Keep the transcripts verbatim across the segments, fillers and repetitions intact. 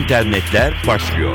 internetler başlıyor.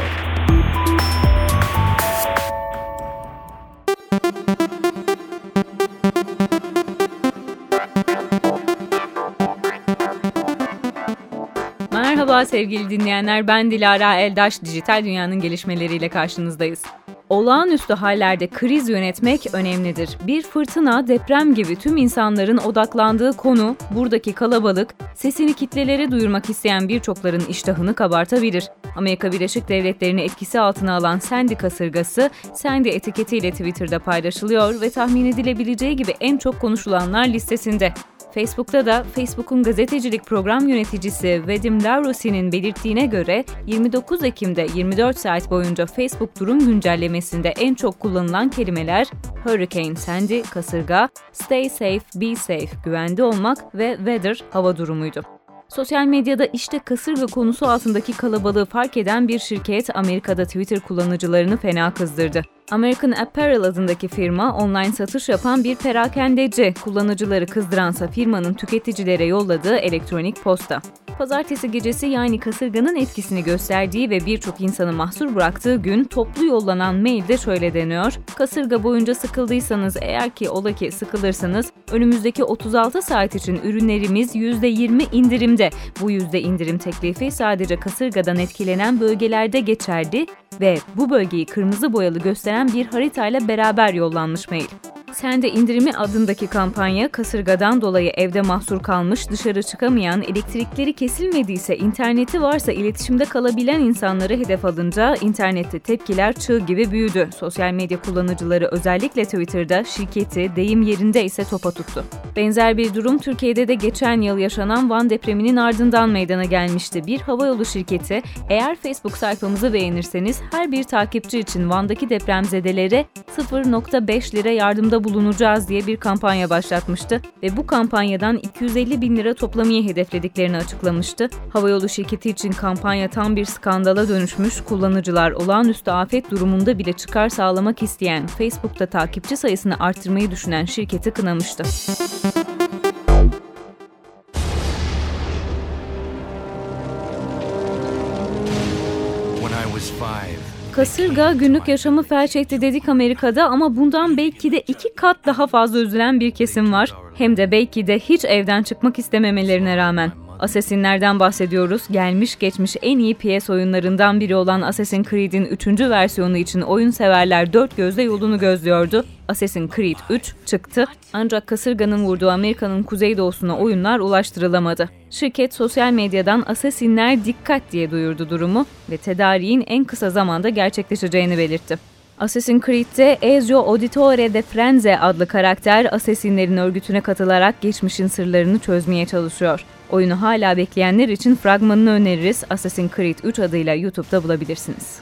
Merhaba sevgili dinleyenler, ben Dilara Eldaş, dijital dünyanın gelişmeleriyle karşınızdayız. Olağanüstü hallerde kriz yönetmek önemlidir. Bir fırtına, deprem gibi tüm insanların odaklandığı konu, buradaki kalabalık, sesini kitlelere duyurmak isteyen birçokların iştahını kabartabilir. Amerika Birleşik Devletleri'ni etkisi altına alan Sandy kasırgası, Sandy etiketiyle Twitter'da paylaşılıyor ve tahmin edilebileceği gibi en çok konuşulanlar listesinde. Facebook'ta da Facebook'un gazetecilik program yöneticisi Vadim Lavrosi'nin belirttiğine göre yirmi dokuz Ekim'de yirmi dört saat boyunca Facebook durum güncellemesinde en çok kullanılan kelimeler Hurricane Sandy, kasırga, Stay Safe, Be Safe, güvende olmak ve Weather, hava durumuydu. Sosyal medyada işte kasırga konusu altındaki kalabalığı fark eden bir şirket Amerika'da Twitter kullanıcılarını fena kızdırdı. American Apparel adındaki firma online satış yapan bir perakendeci. Kullanıcıları kızdıransa firmanın tüketicilere yolladığı elektronik posta. Pazartesi gecesi, yani kasırganın etkisini gösterdiği ve birçok insanı mahsur bıraktığı gün toplu yollanan mailde şöyle deniyor: kasırga boyunca sıkıldıysanız, eğer ki ola ki sıkılırsanız, önümüzdeki otuz altı saat için ürünlerimiz yüzde yirmi indirimde. Bu yüzde indirim teklifi sadece kasırgadan etkilenen bölgelerde geçerli ve bu bölgeyi kırmızı boyalı gösteren bir haritayla beraber yollanmış mail. Sandy indirimi adındaki kampanya, kasırgadan dolayı evde mahsur kalmış, dışarı çıkamayan, elektrikleri kesilmediyse, interneti varsa iletişimde kalabilen insanları hedef alınca internette tepkiler çığ gibi büyüdü. Sosyal medya kullanıcıları özellikle Twitter'da şirketi deyim yerinde ise topa tuttu. Benzer bir durum Türkiye'de de geçen yıl yaşanan Van depreminin ardından meydana gelmişti. Bir havayolu şirketi, eğer Facebook sayfamızı beğenirseniz her bir takipçi için Van'daki depremzedelere sıfır virgül beş lira yardımda bulunacağız diye bir kampanya başlatmıştı ve bu kampanyadan iki yüz elli bin lira toplamayı hedeflediklerini açıklamıştı. Havayolu şirketi için kampanya tam bir skandala dönüşmüş, kullanıcılar olağanüstü afet durumunda bile çıkar sağlamak isteyen, Facebook'ta takipçi sayısını arttırmayı düşünen şirketi kınamıştı. Kasırga günlük yaşamı felç etti dedik Amerika'da, ama bundan belki de iki kat daha fazla üzülen bir kesim var. Hem de belki de hiç evden çıkmak istememelerine rağmen. Assassin'lerden bahsediyoruz. Gelmiş geçmiş en iyi P S oyunlarından biri olan Assassin's Creed'in üçüncü versiyonu için oyun severler dört gözle yolunu gözlüyordu. Assassin's Creed üç çıktı, ancak kasırganın vurduğu Amerika'nın kuzeydoğusuna oyunlar ulaştırılamadı. Şirket sosyal medyadan "Assassin'ler dikkat" diye duyurdu durumu ve tedariğin en kısa zamanda gerçekleşeceğini belirtti. Assassin's Creed'de Ezio Auditore de Firenze adlı karakter, Assassin'lerin örgütüne katılarak geçmişin sırlarını çözmeye çalışıyor. Oyunu hala bekleyenler için fragmanını öneririz. Assassin's Creed üç adıyla YouTube'da bulabilirsiniz.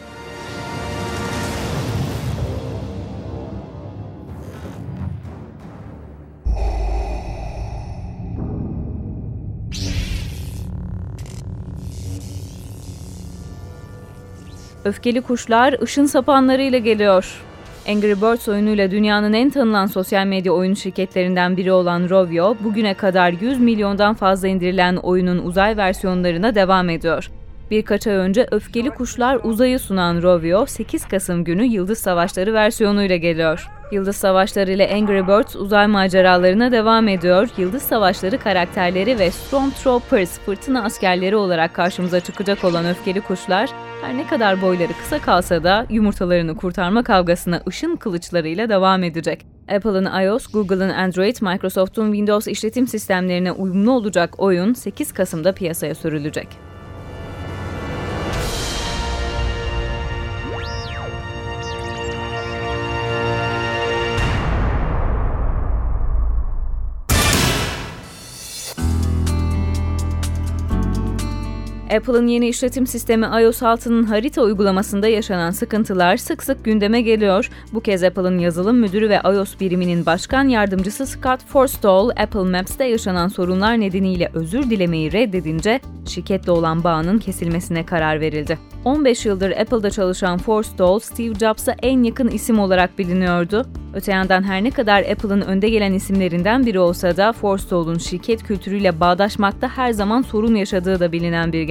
Öfkeli kuşlar ışın sapanlarıyla geliyor. Angry Birds oyunuyla dünyanın en tanınan sosyal medya oyun şirketlerinden biri olan Rovio, bugüne kadar yüz milyondan fazla indirilen oyunun uzay versiyonlarına devam ediyor. Birkaç ay önce Öfkeli Kuşlar Uzay'ı sunan Rovio, sekiz Kasım günü Yıldız Savaşları versiyonuyla geliyor. Yıldız Savaşları ile Angry Birds uzay maceralarına devam ediyor. Yıldız Savaşları karakterleri ve Stormtroopers, fırtına askerleri olarak karşımıza çıkacak olan Öfkeli Kuşlar, her ne kadar boyları kısa kalsa da yumurtalarını kurtarma kavgasına ışın kılıçlarıyla devam edecek. Apple'ın iOS, Google'ın Android, Microsoft'un Windows işletim sistemlerine uyumlu olacak oyun sekiz Kasım'da piyasaya sürülecek. Apple'ın yeni işletim sistemi iOS altı'nın harita uygulamasında yaşanan sıkıntılar sık sık gündeme geliyor. Bu kez Apple'ın yazılım müdürü ve iOS biriminin başkan yardımcısı Scott Forstall, Apple Maps'te yaşanan sorunlar nedeniyle özür dilemeyi reddedince şirketle olan bağının kesilmesine karar verildi. on beş yıldır Apple'da çalışan Forstall, Steve Jobs'a en yakın isim olarak biliniyordu. Öte yandan her ne kadar Apple'ın önde gelen isimlerinden biri olsa da Forstall'un şirket kültürüyle bağdaşmakta her zaman sorun yaşadığı da bilinen bir gerçek.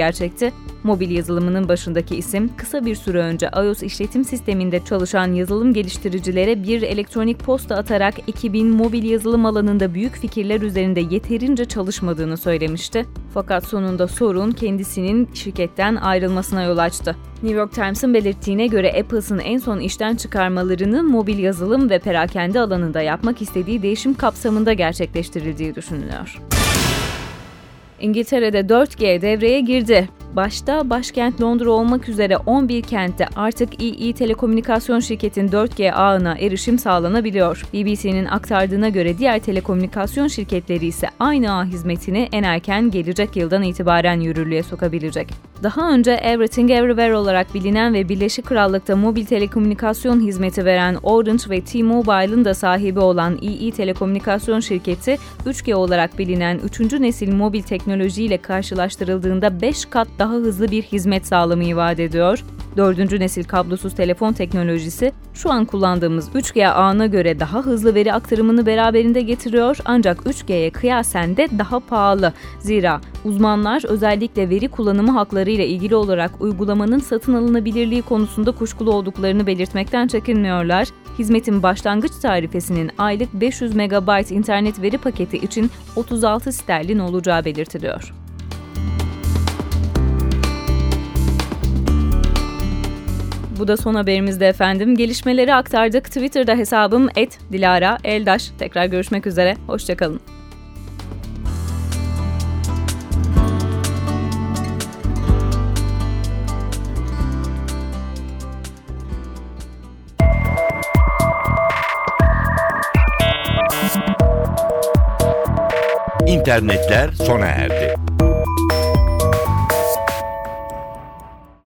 gerçekti. Mobil yazılımının başındaki isim, kısa bir süre önce iOS işletim sisteminde çalışan yazılım geliştiricilere bir elektronik posta atarak ekibin mobil yazılım alanında büyük fikirler üzerinde yeterince çalışmadığını söylemişti. Fakat sonunda sorun kendisinin şirketten ayrılmasına yol açtı. New York Times'ın belirttiğine göre Apple'ın en son işten çıkarmalarını mobil yazılım ve perakende alanında yapmak istediği değişim kapsamında gerçekleştirildiği düşünülüyor. İngiltere'de dört G devreye girdi. Başta başkent Londra olmak üzere on bir kentte artık E E Telekomünikasyon şirketin dört G ağına erişim sağlanabiliyor. B B C'nin aktardığına göre diğer telekomünikasyon şirketleri ise aynı ağ hizmetini en erken gelecek yıldan itibaren yürürlüğe sokabilecek. Daha önce Everything Everywhere olarak bilinen ve Birleşik Krallık'ta mobil telekomünikasyon hizmeti veren Orange ve T-Mobile'ın da sahibi olan E E Telekomünikasyon şirketi, üç G olarak bilinen üçüncü nesil mobil teknolojiyle karşılaştırıldığında beş kat daha hızlı bir hizmet sağlamayı vaat ediyor. dördüncü nesil kablosuz telefon teknolojisi, şu an kullandığımız üç G ağına göre daha hızlı veri aktarımını beraberinde getiriyor ancak üç G'ye kıyasen de daha pahalı. Zira uzmanlar özellikle veri kullanımı hakları ile ilgili olarak uygulamanın satın alınabilirliği konusunda kuşkulu olduklarını belirtmekten çekinmiyorlar. Hizmetin başlangıç tarifesinin aylık beş yüz megabayt internet veri paketi için otuz altı sterlin olacağı belirtiliyor. Bu da son haberimizde efendim. Gelişmeleri aktardık. Twitter'da hesabım et dilara eldaş. Tekrar görüşmek üzere. Hoşçakalın. İnternetler sona erdi.